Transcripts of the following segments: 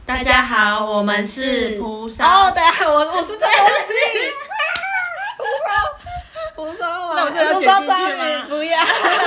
大家好，我们是蒲烧。 哦，对啊，我是真的忘记。蒲烧嘛， 那我就要剪进去吗？ 不要。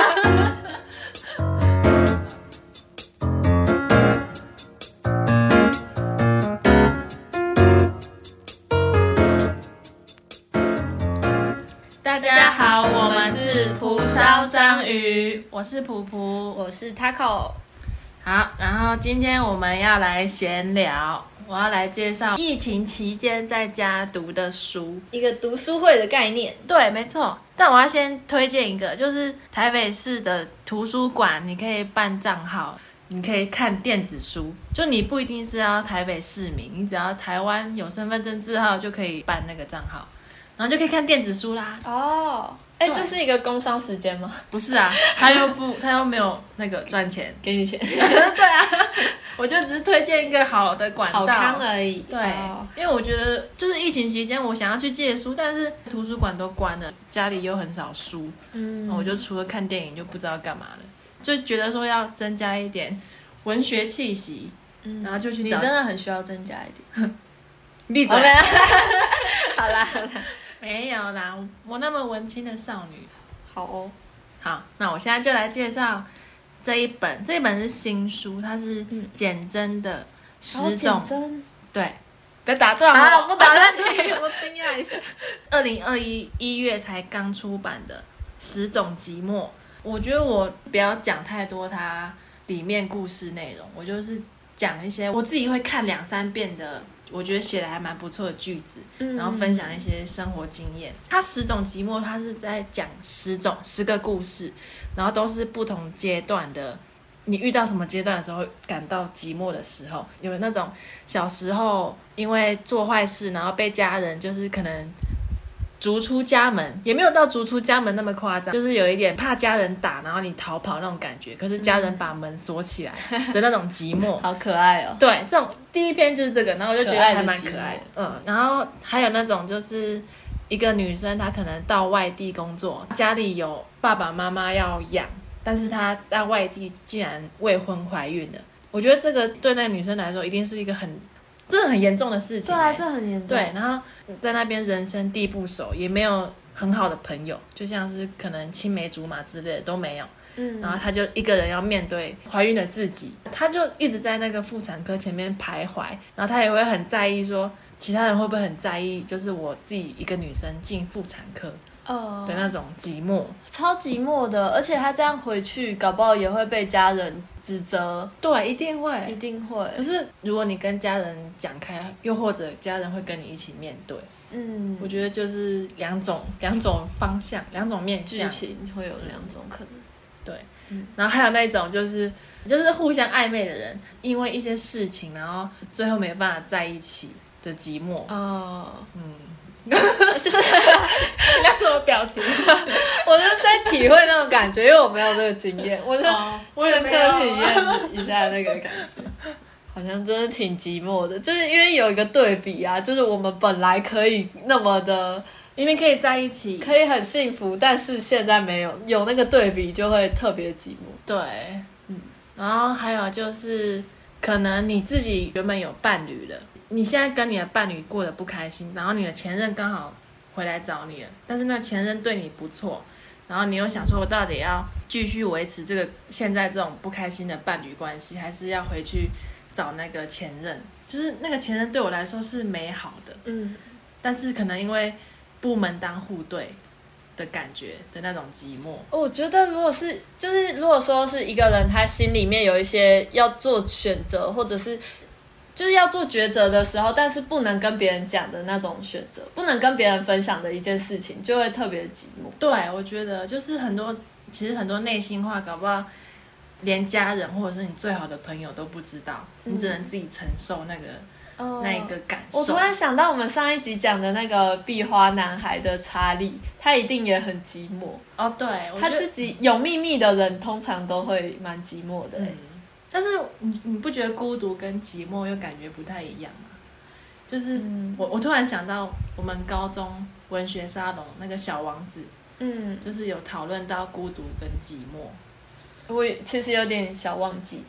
大家好，我们是蒲烧章鱼，我是蒲蒲， 我是 Taco。 好，然后今天我们要来闲聊，我要来介绍疫情期间在家读的书， 一个读书会的概念。 对，没错。但我要先推荐一个，就是台北市的图书馆，你可以办账号，你可以看电子书，就你不一定是要台北市民，你只要台湾有身份证字号就可以办那个账号，然后就可以看电子书啦。 哦，这是一个工商时间吗？ 不是啊，他又没有那个赚钱， 给你钱。 对啊，我就只是推荐一个好的管道， 好康而已。 对，因为我觉得就是疫情期间，我想要去借书，但是图书馆都关了，家里又很少书，我就除了看电影就不知道干嘛了，就觉得说要增加一点文学气息，然后就去找。 你真的很需要增加一点。 闭嘴。 好啦， 没有啦，我那么文青的少女。 好哦。 好，那我现在就来介绍这一本是新书，它是简真的10种，对，不要打断我， 不打断你，我惊讶一下。 2021 1月才刚出版的10种寂寞，我觉得我不要讲太多它里面故事内容，我就是讲一些我自己会看2-3遍的。我觉得写的还蛮不错的句子，然后分享一些生活经验。它10种寂寞，它是在讲10个故事，然后都是不同阶段的。你遇到什么阶段的时候感到寂寞的时候，有那种小时候因为做坏事，然后被家人就是可能逐出家门，也没有到逐出家门那么夸张，就是有一点怕家人打，然后你逃跑那种感觉，可是家人把门锁起来的那种寂寞。 好可爱哦。 对，这种第一篇就是这个，然后我就觉得还蛮可爱的。然后还有那种就是一个女生，她可能到外地工作，家里有爸爸妈妈要养，但是她在外地竟然未婚怀孕了。我觉得这个对那个女生来说，一定是一个真的很严重的事情。 对啊，这很严重。 对，然后在那边人生地不熟，也没有很好的朋友，就像是可能青梅竹马之类的都没有。然后她就一个人要面对怀孕的自己，她就一直在那个妇产科前面徘徊，然后她也会很在意说其他人会不会很在意，就是我自己一个女生进妇产科的那种寂寞， 超寂寞的。而且她这样回去，搞不好也会被家人指责。 对，一定会， 一定会。 可是如果你跟家人讲开，又或者家人会跟你一起面对，我觉得就是两种方向，两种面向， 剧情会有2种可能。 对，然后还有那种就是互相暧昧的人，因为一些事情，然后最后没办法在一起的寂寞。就是你要什么表情？ 我是在体会那种感觉，因为我没有这个经验，我就深刻体验一下那个感觉。好像真的挺寂寞的，就是因为有一个对比啊，就是我们本来可以那么的。 明明可以在一起， 可以很幸福，但是现在没有那个对比，就会特别寂寞。 对，然后还有就是，可能你自己原本有伴侣了，你现在跟你的伴侣过得不开心，然后你的前任刚好回来找你了，但是那个前任对你不错，然后你又想说，我到底要继续维持这个现在这种不开心的伴侣关系，还是要回去找那个前任？就是那个前任对我来说是美好的，但是可能因为不门当户对的感觉的那种寂寞。 我觉得如果说是一个人他心里面有一些要做选择，或者是就是要做抉择的时候，但是不能跟别人讲的那种选择，不能跟别人分享的一件事情，就会特别寂寞。 对，我觉得就是其实很多内心话搞不好连家人或者是你最好的朋友都不知道，你只能自己承受那一个感受。 我突然想到我们上一集讲的那个壁花男孩的查理，他一定也很寂寞。 对， 他自己有秘密的人通常都会蛮寂寞的。 但是你不觉得孤独跟寂寞又感觉不太一样吗？就是我突然想到我们高中文学沙龙那个小王子，就是有讨论到孤独跟寂寞。 我其实有点小忘记。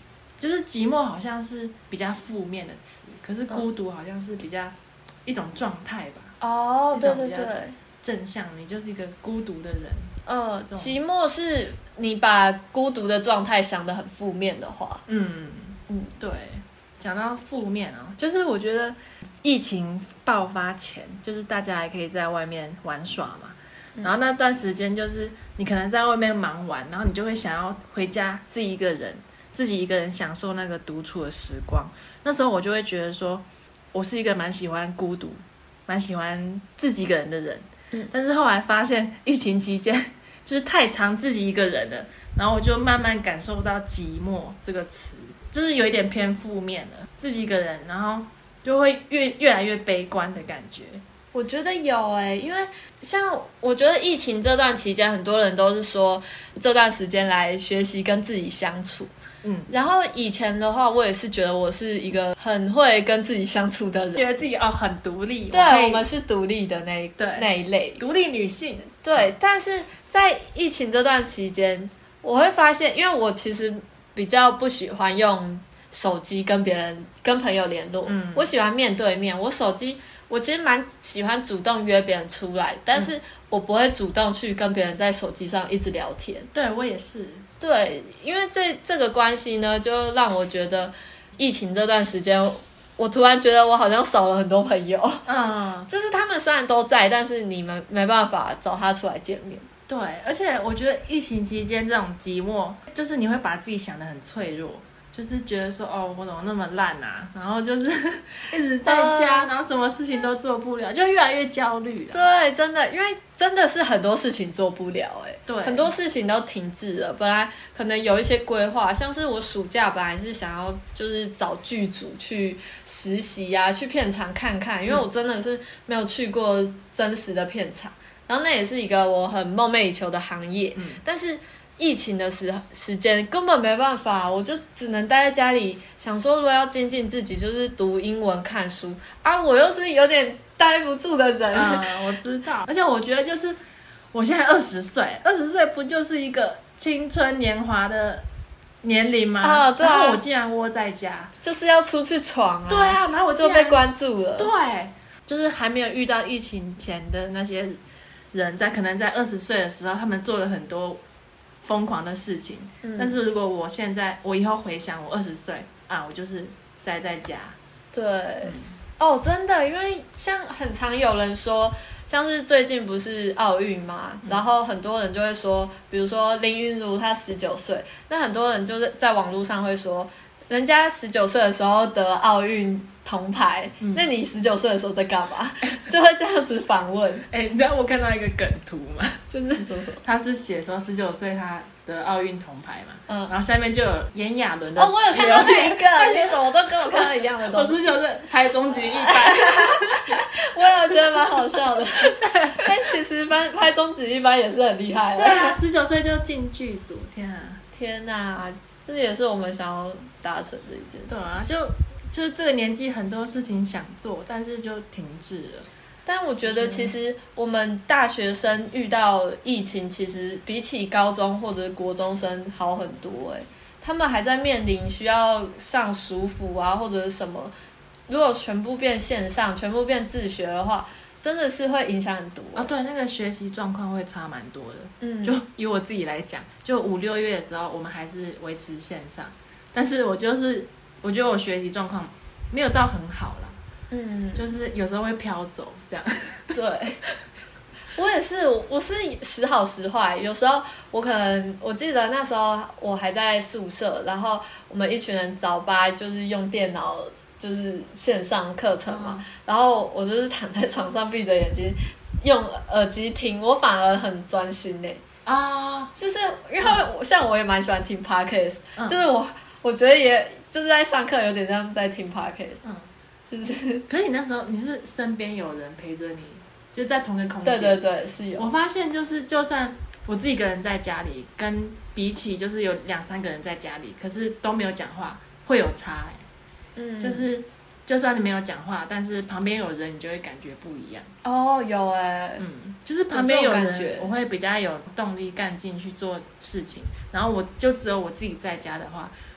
就是寂寞好像是比较负面的词，可是孤独好像是比较一种状态吧。 哦，对对对， 正向，你就是一个孤独的人。 寂寞是你把孤独的状态想得很负面的话。 对。讲到负面就是我觉得疫情爆发前，就是大家还可以在外面玩耍嘛，然后那段时间就是你可能在外面忙完，然后你就会想要回家自己一个人享受那个独处的时光。那时候我就会觉得说，我是一个蛮喜欢孤独、蛮喜欢自己一个人的人。但是后来发现疫情期间就是太常自己一个人了，然后我就慢慢感受到寂寞这个词。就是有一点偏负面了，自己一个人，然后就会越来越悲观的感觉。 我觉得有因为像我觉得疫情这段期间，很多人都是说这段时间来学习跟自己相处。然后以前的话，我也是觉得我是一个很会跟自己相处的人， 觉得自己很独立。 对，我们是独立的那一类， 独立女性。 对，但是在疫情这段期间，我会发现，因为我其实比较不喜欢用手机跟朋友联络，我喜欢面对面。我其实蛮喜欢主动约别人出来，但是我不会主动去跟别人在手机上一直聊天。 对，我也是。 对，因为这个关系呢，就让我觉得疫情这段时间，我突然觉得我好像少了很多朋友。就是他们虽然都在，但是你们没办法找他出来见面。 对，而且我觉得疫情期间这种寂寞，就是你会把自己想得很脆弱，就是觉得说我怎么那么烂啊，然后就是一直在家，然后什么事情都做不了，就越来越焦虑了。 对，真的，因为真的是很多事情做不了对， 很多事情都停滞了。本来可能有一些规划，像是我暑假本来是想要就是找剧组去实习啊，去片场看看，因为我真的是没有去过真实的片场。然后那也是一个我很梦寐以求的行业，但是疫情的时间根本没办法，我就只能待在家里，想说如果要精进自己，就是读英文、看书啊。我又是有点待不住的人。 我知道，而且我觉得就是我现在20岁，20岁不就是一个青春年华的年龄吗？ 对啊。 然后我竟然窝在家， 就是要出去闯啊。 对啊，然后我就被关注了。 对，就是还没有遇到疫情前的那些人可能在20岁的时候，他们做了很多疯狂的事情。但是如果我以后回想我20岁我就是待在家。 对，真的，因为像很常有人说，像是最近不是奥运嘛，然后很多人就会说，比如说林昀儒她19岁，那很多人就是在网络上会说，人家19岁的时候得奥运铜牌，那你19岁的时候在干嘛？就会这样子反问。 你知道我看到一个梗图吗？就是他是写说19岁他得奥运铜牌嘛，然后下面就有炎亚纶的。 我有看到那一个，你怎么都跟我看到一样的东西？ 我19岁拍终极一班， 我也觉得蛮好笑的。但其实拍终极一班也是很厉害的。 对啊，19岁就进剧组， 天啊，这也是我们想要达成的一件事。 对啊，就这个年纪很多事情想做，但是就停滞了。 但我觉得其实我们大学生遇到疫情，其实比起高中或者国中生好很多他们还在面临需要上暑辅啊或者是什么，如果全部变线上，全部变自学的话，真的是会影响很多。 对，那个学习状况会差蛮多的。就以我自己来讲，就5、6月的时候，我们还是维持线上，但是我觉得我学习状况没有到很好啦。就是有时候会飘走这样。 对，我也是，我是时好时坏。有时候我记得那时候我还在宿舍，然后我们一群人早八就是用电脑，就是线上课程嘛。然后我就是躺在床上闭着眼睛，用耳机听，我反而很专心就是因为像我也蛮喜欢听 podcast，就是我觉得也就是在上课有点像在听 podcast。 可是你那时候你是身边有人陪着你，就在同一个空间。 对，是有。 我发现就算我自己一个人在家里，跟比起就是有2、3个人在家里，可是都没有讲话，会有差就是就算你没有讲话，但是旁边有人，你就会感觉不一样。 有就是旁边有人，我会比较有动力干劲去做事情。然后就只有我自己在家的话，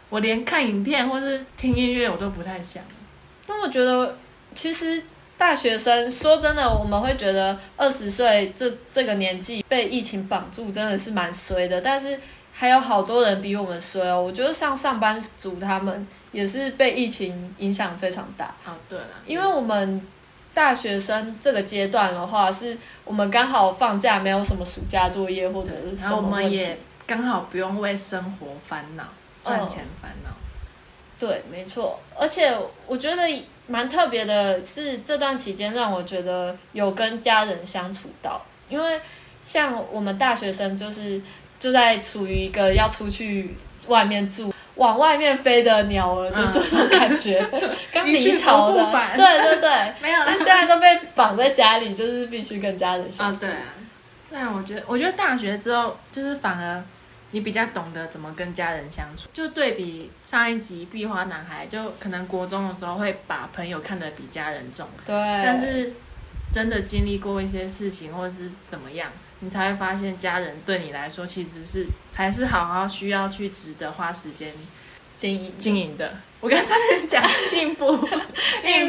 我连看影片或是听音乐我都不太想。 那我觉得其实大学生说真的，我们会觉得20岁这个年纪被疫情绑住真的是蛮衰的，但是还有好多人比我们衰哦。我觉得像上班族他们也是被疫情影响非常大。 哦，对了， 因为我们大学生这个阶段的话，是我们刚好放假，没有什么暑假作业或者是什么问题， 然后我们也刚好不用为生活烦恼、赚钱烦恼。 对，没错。而且我觉得蛮特别的是，这段期间让我觉得有跟家人相处到，因为像我们大学生就在处于一个要出去外面住、往外面飞的鸟儿的这种感觉，刚离巢的，对对对， 没有啦， 但现在都被绑在家里，就是必须跟家人相处。 对啊，但我觉得大学之后，就是反而你比较懂得怎么跟家人相处，就对比上一集壁花男孩，就可能国中的时候会把朋友看得比家人重， 对， 但是真的经历过一些事情或者是怎么样，你才会发现家人对你来说其实才是好好需要去值得花时间经营的。我刚才讲应付对付，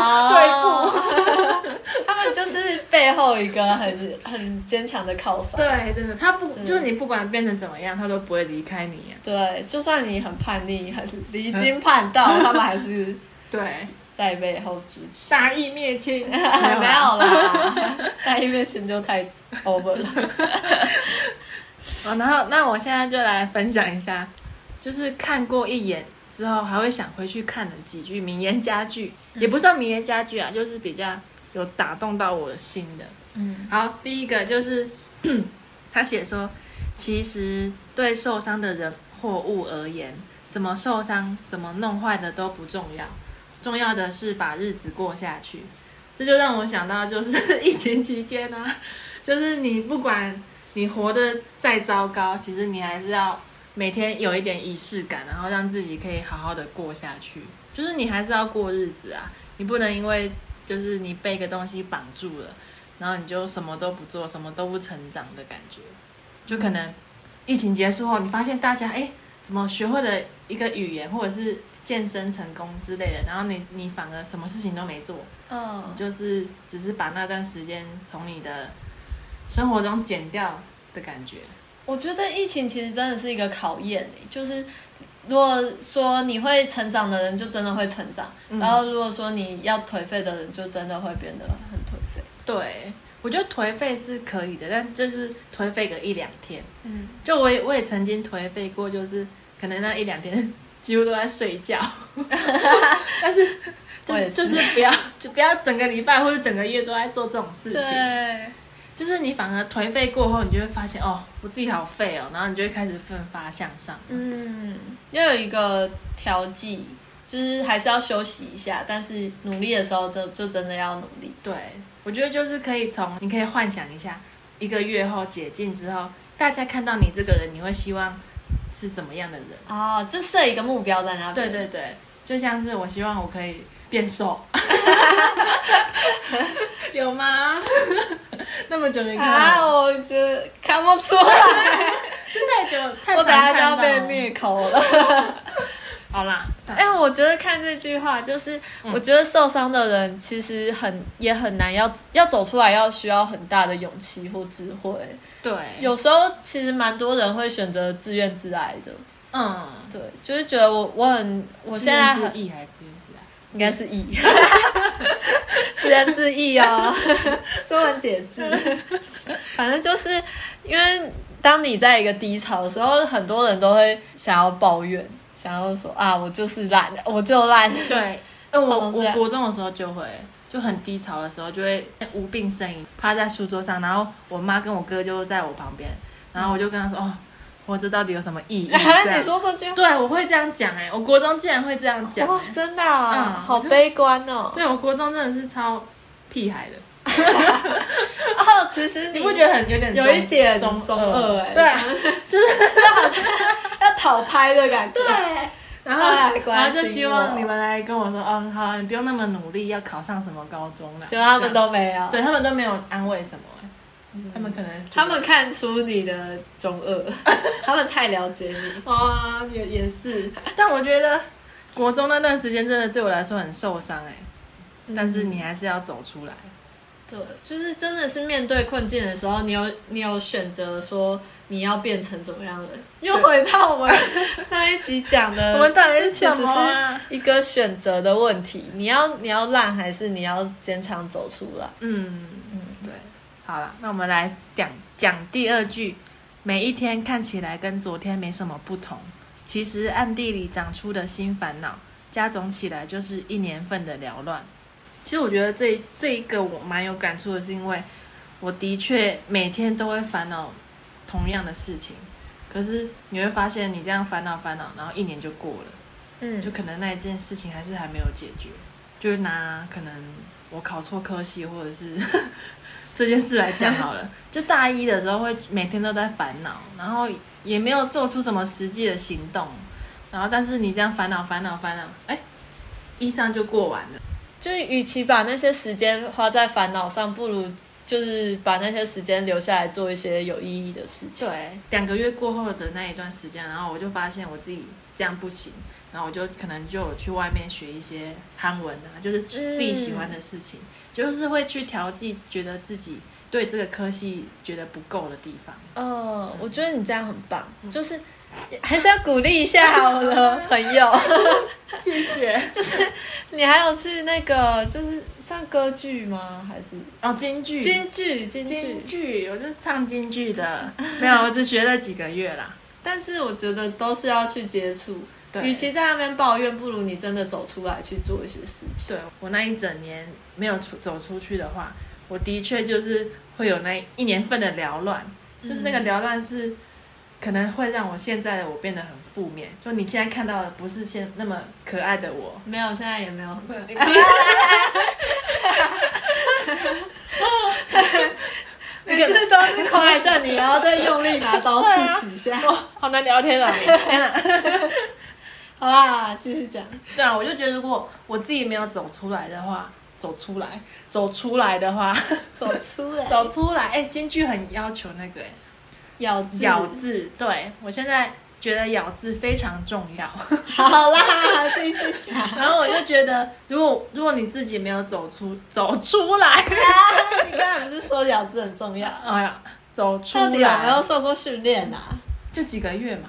他们就是背后一个很坚强的靠山。 对，真的，就是你不管变成怎么样，他都不会离开你啊。 对，就算你很叛逆、很离经叛道，他们还是对在背后支持。 大义灭亲没有啦，大义灭亲就太 over 了。 然后那我现在就来分享一下，就是看过一眼之后还会想回去看的几句名言佳句，也不算名言佳句啊，就是比较有打动到我的心的。好，第一个就是他写说，其实对受伤的人或物而言，怎么受伤、怎么弄坏的都不重要，重要的是把日子过下去。这就让我想到，就是疫情期间啊，就是你不管你活得再糟糕，其实你还是要每天有一点仪式感，然后让自己可以好好的过下去。就是你还是要过日子啊，你不能因为就是你被一个东西绑住了，然后你就什么都不做，什么都不成长的感觉。就可能疫情结束后，你发现大家怎么学会了一个语言，或者是健身成功之类的，然后你反而什么事情都没做，你就是只是把那段时间从你的生活中减掉的感觉。 我觉得疫情其实真的是一个考验，就是如果说你会成长的人，就真的会成长，然后如果说你要颓废的人，就真的会变得很颓废。 对，我觉得颓废是可以的，但就是颓废个1-2天。就我也曾经颓废过，就是可能那1-2天几乎都在睡觉，但是就是不要整个礼拜或者整个月都在做这种事情。 对， 就是你反而颓废过后，你就会发现我自己好废哦，然后你就会开始奋发向上。 要有一个调剂，就是还是要休息一下，但是努力的时候就真的要努力。 对，我觉得就是你可以幻想一下，1个月后解禁之后，大家看到你这个人，你会希望是怎么样的人？ 就设一个目标在那边。 对对对，就像是我希望我可以变瘦。有吗？那么久没看我觉得看不出来， 是太久太我等下就要被被灭口了。 好啦， 我觉得看这句话，就是我觉得受伤的人其实也很难要走出来，需要很大的勇气或智慧。 对， 有时候其实蛮多人会选择自怨自艾的。对，就是觉得我现在自缢还是自怨自艾？ 应该是缢，自怨自艾哦，说文解字。反正就是因为当你在一个低潮的时候，很多人都会想要抱怨，想要说我就是烂，我就烂。 对，我国中的时候就很低潮的时候，就会无病呻吟，趴在书桌上，然后我妈跟我哥就在我旁边，然后我就跟他说活着到底有什么意义？ 你说这句话？ 对，我会这样讲我国中竟然会这样讲真的好悲观哦。 对，我国中真的是超屁孩的。 其实你不觉得有一点中二对，就是要讨拍的感觉。 对，然后就希望你们来跟我说好，你不用那么努力，要考上什么高中了。 结果他们都没有， 对，他们都没有安慰什么。 他们可能他们看出你的中二，他们太了解你。 啊，也是，但我觉得国中那段时间真的对我来说很受伤但是你还是要走出来。 对，就是真的是面对困境的时候，你有选择说你要变成怎么样的人，又回到我们上一集讲的， 我们到底是其实什么啊是一个选择的问题，你要烂还是你要坚强走出来？ 对，好了，那我们来讲第二句，每一天看起来跟昨天没什么不同，其实暗地里长出的新烦恼，加总起来就是1年份的缭乱。其实我觉得这一个我蛮有感触的，是因为我的确每天都会烦恼同样的事情，可是你会发现你这样烦恼，然后1年就过了，就可能那一件事情还没有解决。就拿可能我考错科系或者是这件事来讲好了，就大一的时候会每天都在烦恼，然后也没有做出什么实际的行动，然后但是你这样烦恼，一上就过完了。 就与其把那些时间花在烦恼上，不如就是把那些时间留下来做一些有意义的事情。 对，2个月过后的那一段时间，然后我就发现我自己这样不行，然后我就可能就有去外面学一些韩文啊，就是自己喜欢的事情，就是会去调剂，觉得自己对这个科系觉得不够的地方。 我觉得你这样很棒，就是还是要鼓励一下我的朋友。 谢谢。 就是你还有去那个，就是算歌剧吗？还是京剧？ 京剧， 我就是唱京剧的，没有，我只学了几个月啦。 但是我觉得都是要去接触，与其在那边抱怨，不如你真的走出来去做一些事情。 对，我那一整年没有走出去的话，我的确就是会有那1年份的缭乱，就是那个缭乱是可能会让我现在的我变得很负面。就你现在看到的不是那么可爱的我， 没有，现在也没有很可爱。每次都是夸一下你，然后再用力拿刀刺几下， 好难聊天啊！天哪！ 好啦，继续讲。 对啊，我就觉得如果我自己没有走出来的话，京剧很要求那个咬字，对，我现在觉得咬字非常重要。 好啦，继续讲。 然后我就觉得，如果你自己没有走出来， 你刚才不是说咬字很重要？ 哎呀，走出来， 到底有没有受过训练啊？ 就几个月嘛。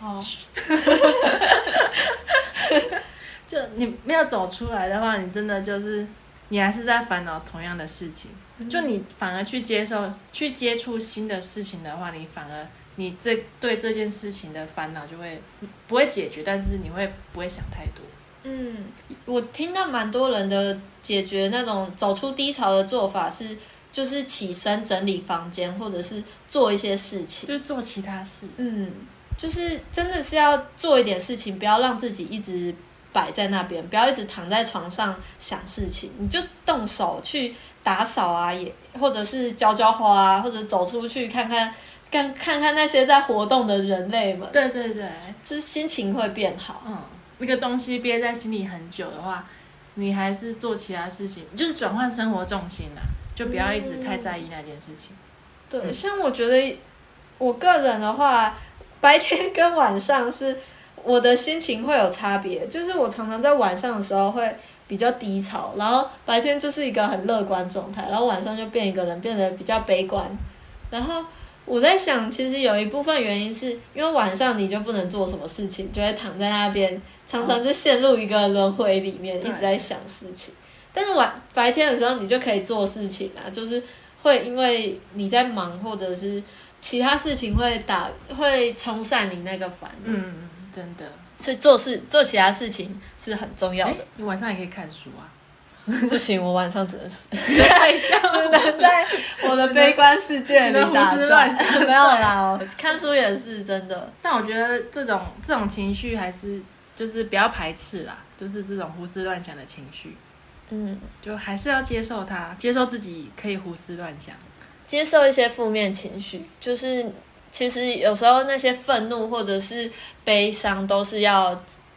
就你没有走出来的话，你真的就是你还是在烦恼同样的事情。就你反而去接触新的事情的话，你反而对这件事情的烦恼就会不会解决，但是你不会想太多。 我听到蛮多人的解决那种走出低潮的做法是，就是起身整理房间，或者是做一些事情， 就是做其他事。 就是真的是要做一点事情，不要让自己一直摆在那边，不要一直躺在床上想事情，你就动手去打扫啊，或者是浇花啊，或者走出去看看那些在活动的人类们。 对对对， 就是心情会变好。 一个东西憋在心里很久的话，你还是做其他事情，就是转换生活重心啦，就不要一直太在意那件事情。 对，像我觉得我个人的话，白天跟晚上是我的心情会有差别，就是我常常在晚上的时候会比较低潮，然后白天就是一个很乐观状态，然后晚上就变一个人变得比较悲观。然后我在想，其实有一部分原因是因为晚上你就不能做什么事情，就会躺在那边，常常就陷入一个轮回里面，一直在想事情。但是白天的时候你就可以做事情啊，就是会因为你在忙或者是其他事情会冲散你那个烦恼。 真的。 所以做其他事情是很重要的。 你晚上也可以看书啊。 不行，我晚上只能睡觉， 只能在我的悲观世界里打转。没有啦，看书也是真的。 但我觉得这种情绪还是就是不要排斥啦，就是这种胡思乱想的情绪，就还是要接受它，接受自己可以胡思乱想， 接受一些负面情绪，就是其实有时候那些愤怒或者是悲伤都是要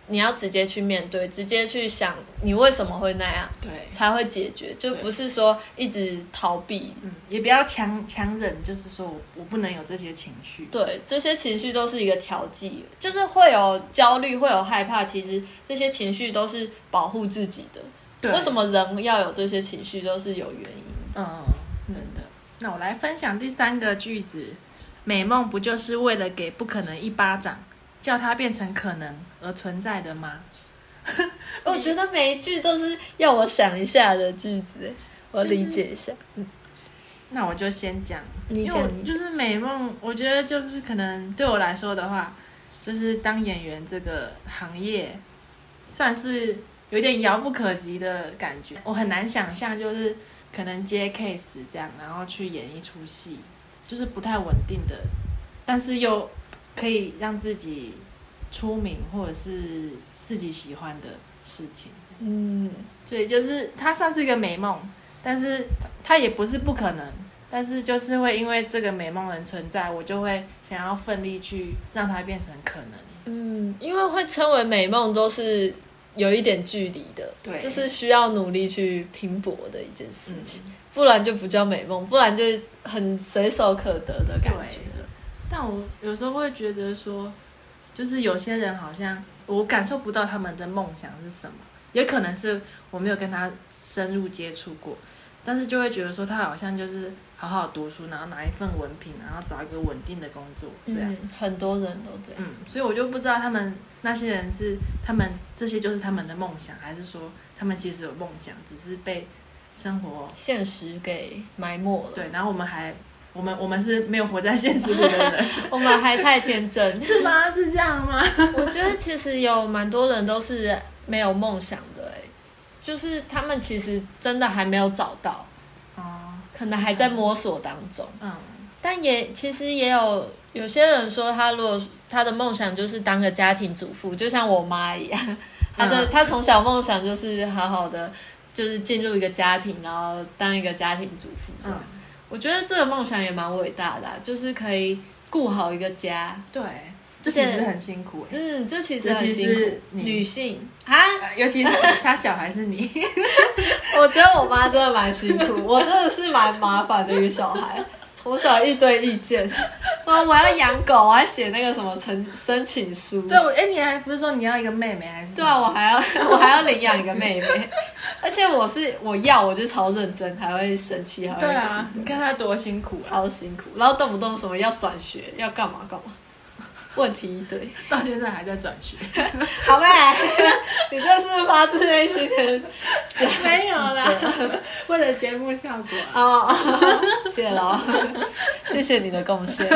你要直接去面对，直接去想你为什么会那样， 对， 才会解决，就不是说一直逃避。 也不要强忍，就是说我不能有这些情绪。 对，这些情绪都是一个调剂，就是会有焦虑，会有害怕，其实这些情绪都是保护自己的。 对， 为什么人要有这些情绪，都是有原因的。 真的。那我来分享第3个句子：美梦不就是为了给不可能一巴掌，叫它变成可能而存在的吗？ 我觉得每一句都是要我想一下的句子，我理解一下。 那我就先讲， 你讲， 就是美梦，我觉得就是可能对我来说的话，就是当演员这个行业，算是有点遥不可及的感觉。我很难想象，就是可能接 case 这样，然后去演一出戏，就是不太稳定的，但是又可以让自己出名或者是自己喜欢的事情。所以就是它算是一个美梦，但是它也不是不可能，但是就是会因为这个美梦的存在，我就会想要奋力去让它变成可能。 因为会称为美梦都是有一点距离的， 对， 就是需要努力去拼搏的一件事情，不然就不叫美梦，不然就很随手可得的感觉了。 但我有时候会觉得说，就是有些人好像我感受不到他们的梦想是什么，也可能是我没有跟他深入接触过，但是就会觉得说他好像就是好好读书，然后拿一份文凭，然后找一个稳定的工作，这样。 很多人都这样。 所以我就不知道他们那些人是他们这些就是他们的梦想，还是说他们其实有梦想，只是被生活现实给埋没了。 对，然后我们是没有活在现实里的人， 我们还太天真， 是吗？是这样吗？ 我觉得其实有蛮多人都是没有梦想的，就是他们其实真的还没有找到，可能还在摸索当中。但其实也有些人说，他的梦想就是当个家庭主妇，就像我妈一样，他从小梦想就是好好的，就是进入一个家庭，然后当一个家庭主妇这样。我觉得这个梦想也蛮伟大的，就是可以顾好一个家。 对，这其实很辛苦。 这其实很辛苦。女性尤其是他小孩是你， 我觉得我妈真的蛮辛苦，我真的是蛮麻烦的一个小孩。从小一堆意见，说我要养狗，我要写那个什么申请书。 对，你还不是说你要一个妹妹还是？ 对啊，我还要领养一个妹妹，而且我就超认真，还会生气，还会哭。 对啊，你看她多辛苦超辛苦，然后动不动什么要转学，要干嘛，问题一堆， 到现在还在转学。 好呗，你这是发自内心的讲？ 没有啦，为了节目效果谢喽，谢谢你的贡献。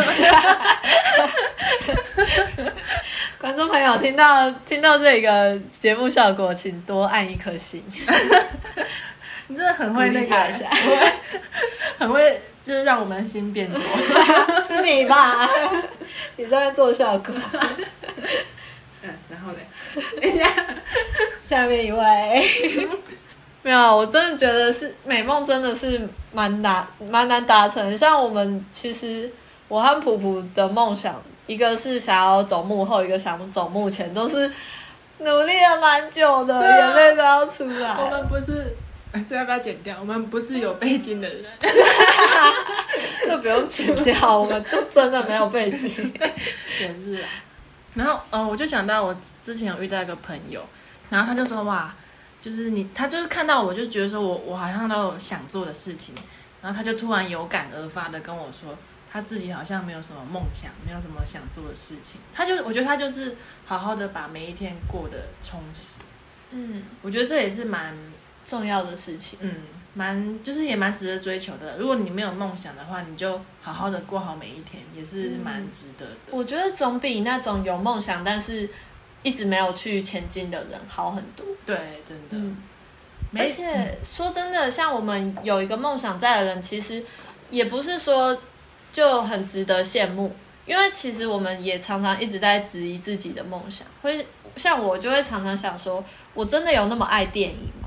观众朋友听到这个节目效果，请多按1颗星。 你真的很会那个，很会，就是让我们心变多。 是你吧？你在做效果。 然后嘞，等一下， 下面一位。没有，我真的觉得是美梦，真的是蛮难达成。像我们其实，我和普普的梦想，一个是想要走幕后，一个想走幕前，都是努力了蛮久的，眼泪都要出来。 我们不是。这要不要剪掉？我们不是有背景的人， 这不用剪掉，我们就真的没有背景。 也是啊。然后我就想到我之前有遇到一个朋友，然后他就说哇，就是他就是看到我就觉得说我好像都有想做的事情，然后他就突然有感而发的跟我说，他自己好像没有什么梦想，没有什么想做的事情。我觉得他就是好好的把每一天过得充实。我觉得这也是蛮重要的事情， 就是也蛮值得追求的。如果你没有梦想的话，你就好好的过好每一天，也是蛮值得的。 我觉得总比那种有梦想但是一直没有去前进的人好很多。 对，真的。 而且说真的，像我们有一个梦想在的人，其实也不是说就很值得羡慕，因为其实我们也常常一直在质疑自己的梦想。像我就会常常想说，我真的有那么爱电影吗？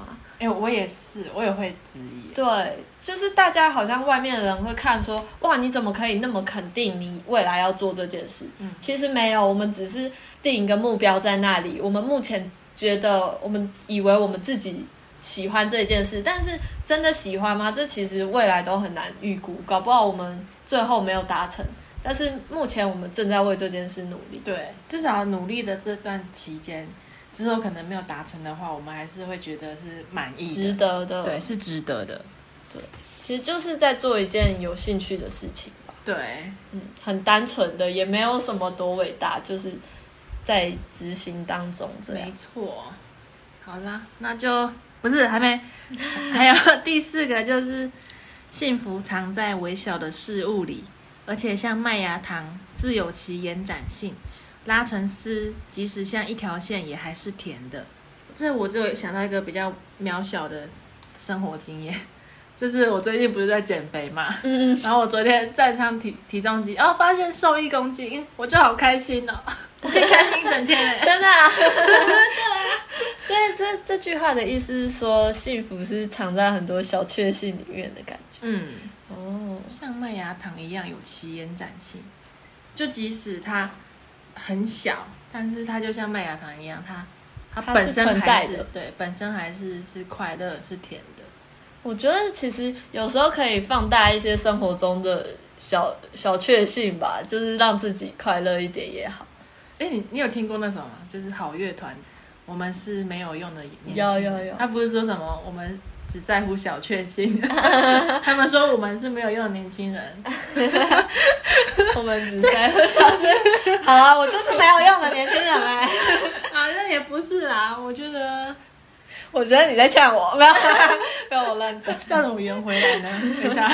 我也是，我也会质疑。 对，就是大家好像外面的人会看说，哇，你怎么可以那么肯定你未来要做这件事？其实没有，我们只是定一个目标在那里。我们目前觉得，我们以为我们自己喜欢这件事，但是真的喜欢吗？这其实未来都很难预估，搞不好我们最后没有达成。但是目前我们正在为这件事努力。 对，至少努力的这段期间。之后可能没有达成的话，我们还是会觉得是满意的， 值得的， 对，是值得的， 对，其实就是在做一件有兴趣的事情吧， 对， 很单纯的，也没有什么多伟大，就是在执行当中这样， 没错。好啦，那就不是还没，还有第4个就是幸福藏在微小的事物里，而且像麦芽糖，自有其延展性。拉成丝，即使像一条线，也还是甜的。这我只有想到一个比较渺小的生活经验，就是我最近不是在减肥嘛，然后我昨天站上体重机，然后发现瘦1公斤，我就好开心哦，我可以开心一整天哎， 真的啊，所以这句话的意思是说，幸福是藏在很多小确幸里面的感觉。 像麦芽糖一样有其延展性，就即使它很小，但是它就像麦芽糖一样，它本身存在的， 对，本身还是快乐，是甜的。 我觉得其实有时候可以放大一些生活中的小确幸吧，就是让自己快乐一点也好。 你有听过那首吗？就是好乐团，我们是没有用的年轻人。 有。 他不是说什么我们只在乎小确幸，他们说我们是没有用的年轻人。 我们只在乎小确幸。好啊，我就是没有用的年轻人哎。 好像也不是啦，我觉得你在呛我，没有，没有，我认真。 这样怎么圆回来呢？等一下，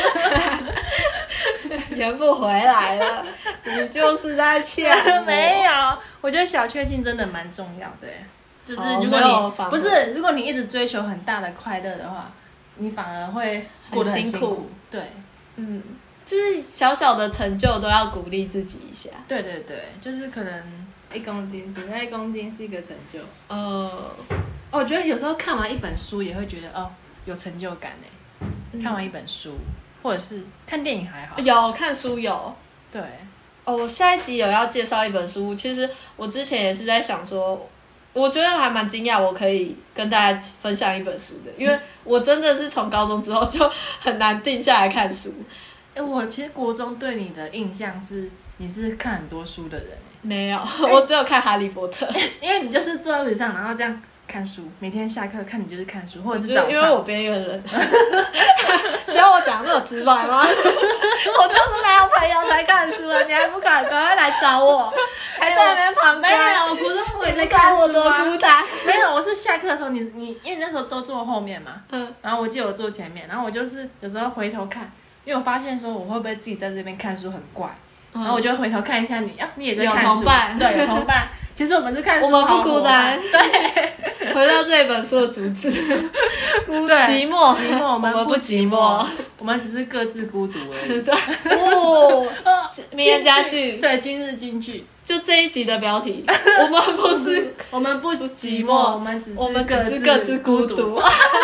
圆不回来了，你就是在呛我。 没有，我觉得小确幸真的蛮重要的，就是如果如果你一直追求很大的快乐的话，你反而会过得很辛苦。对， 就是小小的成就都要鼓励自己一下。 对，就是可能1公斤，减下1公斤是一个成就。我觉得有时候看完一本书也会觉得有成就感哎，看完一本书，或者是看电影还好。 有看书有。 对。 我下一集有要介绍一本书，其实我之前也是在想说，我觉得还蛮惊讶，我可以跟大家分享一本书的，因为我真的是从高中之后就很难定下来看书。 我其实国中对你的印象是你是看很多书的人。 没有，我只有看哈利波特。 因为你就是坐在位置上，然后这样看书，每天下课看你就是看书，或者是早上。 因为我边缘人。需要我讲那么直白吗？我就是没有朋友才看书了，你还不赶快来找我，还在那边旁边。 没有，我国中我也在看书啊。 我多孤单。 没有，我是下课的时候，你因为你那时候都坐后面嘛，然后我记得我坐前面，然后我就是有时候回头看，因为我发现说我会不会自己在这边看书很怪。然后我就回头看一下你，你也在看书， 有同伴， 对，有同伴。其实我们是看书， 我们不孤单。 对， 回到这本书的主旨，寂寞， 我们不寂寞，我们只是各自孤独而已。 对，名言佳句， 对，今日金句， 就这一集的标题，我们不寂寞， 我们只是各自孤独。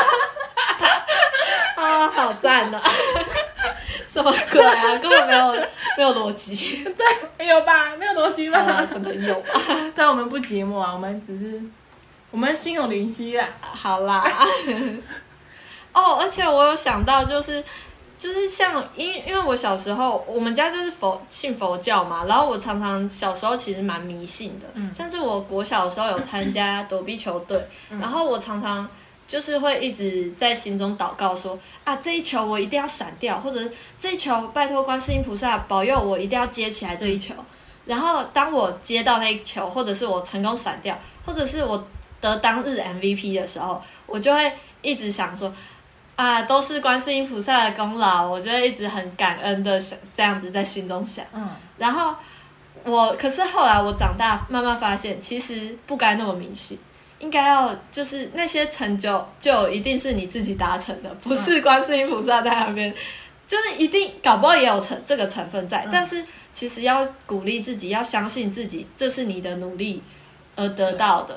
好赞啊！什么鬼啊？根本没有逻辑。 对，有吧？没有逻辑吧？ 可能有吧。 但我们不寂寞啊，我们心有灵犀啊。 好啦。而且我有想到，就是像因为我小时候，我们家就是信佛教嘛，然后我常常小时候其实蛮迷信的，像是我国小的时候有参加躲避球队，然后我常常就是会一直在心中祷告说这一球我一定要闪掉，或者这一球拜托观世音菩萨保佑我一定要接起来这一球。然后当我接到那一球，或者是我成功闪掉，或者是我得当日 MVP 的时候，我就会一直想说都是观世音菩萨的功劳，我就会一直很感恩的想这样子在心中想。然后可是后来我长大慢慢发现，其实不该那么迷信，应该要就是那些成就一定是你自己达成的，不是观世音菩萨在那边，就是一定搞不好也有这个成分在，但是其实要鼓励自己，要相信自己，这是你的努力而得到的。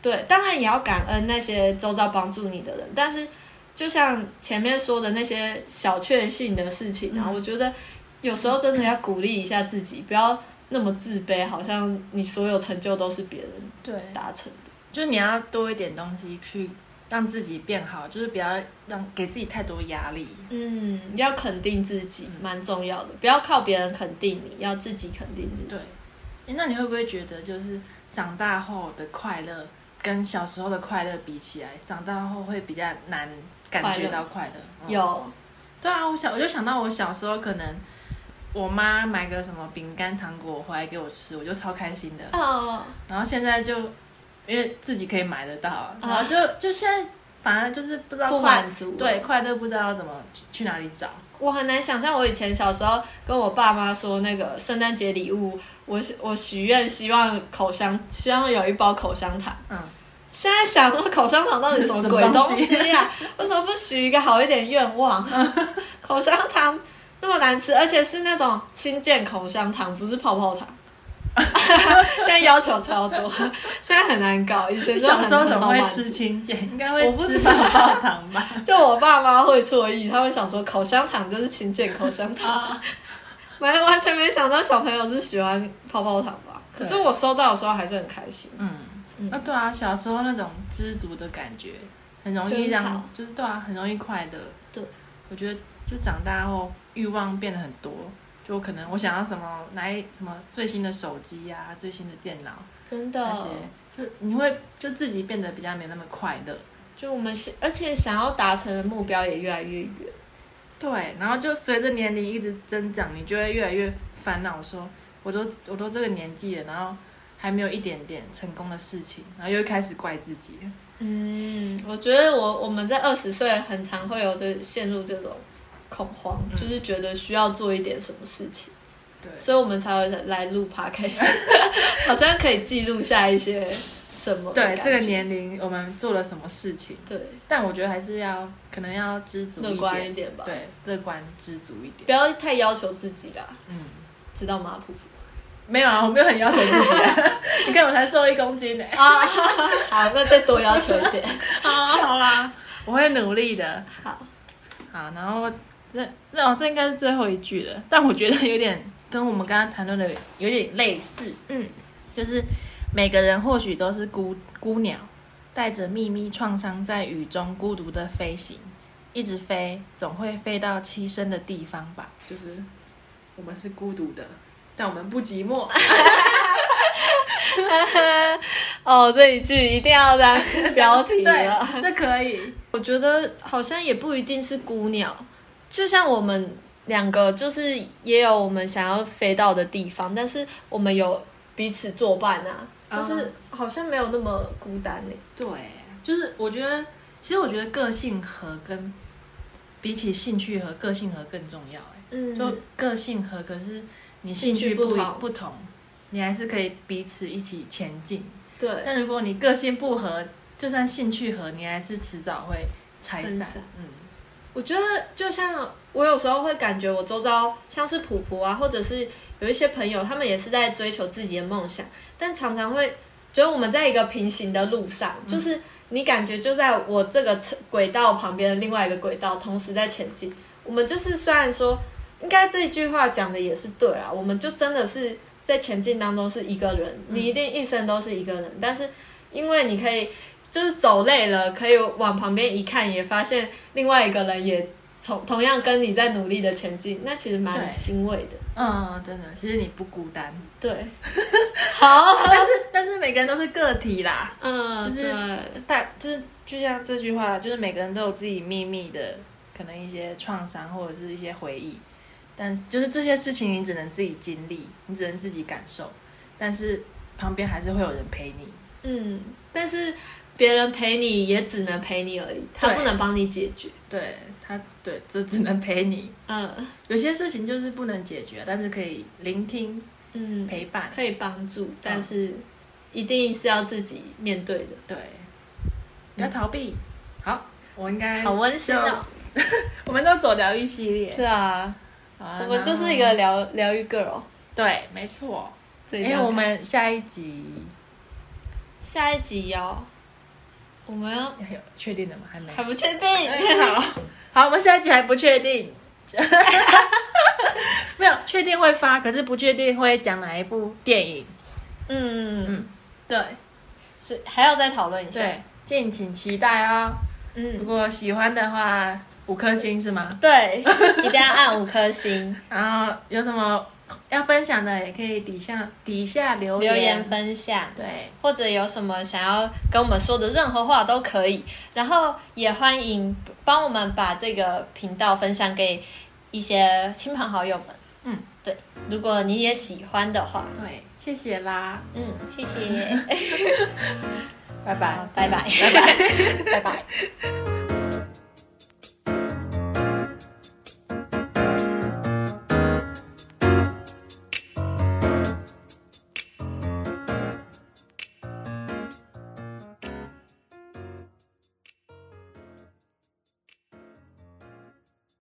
对，当然也要感恩那些周遭帮助你的人，但是就像前面说的那些小确幸的事情啊，我觉得有时候真的要鼓励一下自己，不要那么自卑，好像你所有成就都是别人达成的。 就是你要多一点东西去让自己变好，就是不要给自己太多压力。 要肯定自己，蛮重要的，不要靠别人肯定你，要自己肯定自己。 对，那你会不会觉得就是长大后的快乐跟小时候的快乐比起来，长大后会比较难感觉到快乐？ 有， 对啊，我就想到我小时候可能我妈买个什么饼干糖果回来给我吃，我就超开心的。然后现在就因为自己可以买得到，然后就现在反而就是不知道不满足， 对，快乐不知道怎么去哪里找。 我很难想象我以前小时候跟我爸妈说那个圣诞节礼物，我许愿希望有一包口香糖。现在想说口香糖到底什么鬼东西呀？为什么不许一个好一点愿望？口香糖那么难吃，而且是那种清健口香糖，不是泡泡糖。现在要求超多，现在很难搞。以前小时候怎么会吃清健？应该会吃泡泡糖吧？ 就我爸妈会错意，他们想说口香糖就是清健口香糖，完全没想到小朋友是喜欢泡泡糖吧？可是我收到的时候还是很开心。 对啊，小时候那种知足的感觉，很容易就是对啊，很容易快乐。 对， 我觉得就长大后欲望变得很多。就可能我想要什么什么最新的手机啊，最新的电脑， 真的那些，就你会就自己变得比较没那么快乐。 就而且想要达成的目标也越来越远。 对，然后就随着年龄一直增长，你就会越来越烦恼，说我都这个年纪了，然后还没有一点点成功的事情，然后又开始怪自己。 我觉得我们在20岁很常会陷入这种恐慌，就是觉得需要做一点什么事情， 对， 所以我们才会来录 podcast， 好像可以记录下一些什么。 对，这个年龄我们做了什么事情？ 对， 但我觉得还是可能要知足乐观一点吧。 对，乐观知足一点， 不要太要求自己啦。知道吗，噗噗？ 没有啊，我没有很要求自己啊。你看我才瘦1公斤呢。 好，那再多要求一点。 好啦，我会努力的。 好， 然后这应该是最后一句了，但我觉得有点跟我们刚刚谈论的有点类似。就是每个人或许都是孤鸟，带着秘密创伤在雨中孤独的飞行，一直飞，总会飞到栖身的地方吧。就是我们是孤独的，但我们不寂寞。 这一句一定要当标题了。 对，这可以。 我觉得好像也不一定是孤鸟，就像我们2个，就是也有我们想要飞到的地方，但是我们有彼此作伴啊，就是好像没有那么孤单呢。 对，就是其实我觉得个性合跟比起兴趣合，个性合更重要。就个性合，可是你兴趣不同，你还是可以彼此一起前进。 对， 但如果你个性不合，就算兴趣合，你还是迟早会拆散。 我觉得就像我有时候会感觉我周遭像是普普啊，或者是有一些朋友，他们也是在追求自己的梦想，但常常会觉得我们在一个平行的路上，就是你感觉就在我这个轨道旁边的另外一个轨道同时在前进。我们就是虽然说应该这一句话讲的也是对啊，我们就真的是在前进当中是一个人，你一定一生都是一个人，但是因为你可以就是走累了，可以往旁边一看，也发现另外一个人也同样跟你在努力的前进，那其实蛮欣慰的。 真的，其实你不孤单。 对，好， 但是每个人都是个体啦。就是就像这句话，就是每个人都有自己秘密的，可能一些创伤或者是一些回忆，但就是这些事情你只能自己经历，你只能自己感受，但是旁边还是会有人陪你。 但是别人陪你也只能陪你而已，他不能帮你解决。 对，就只能陪你。有些事情就是不能解决，但是可以聆听，陪伴， 可以帮助，但是一定是要自己面对的。 对，不要逃避。好，我应该好温馨哦。 我们都走疗愈系列。 对啊，我们就是一个疗愈 girl。 对，没错。 我们下一集我们要有确定的吗？还没。 还不确定。 好，我们下一集还不确定，没有确定会发，可是不确定会讲哪一部电影。 对，是还要再讨论一下。 对，敬请期待哦。如果喜欢的话，5颗星是吗？ 对，一定要按5颗星。 然后有什么要分享的，也可以底下留言分享。 对， 或者有什么想要跟我们说的任何话都可以。然后也欢迎帮我们把这个频道分享给一些亲朋好友们。对，如果你也喜欢的话。 对，谢谢啦。 谢谢。 拜拜， 拜拜，拜拜，拜拜。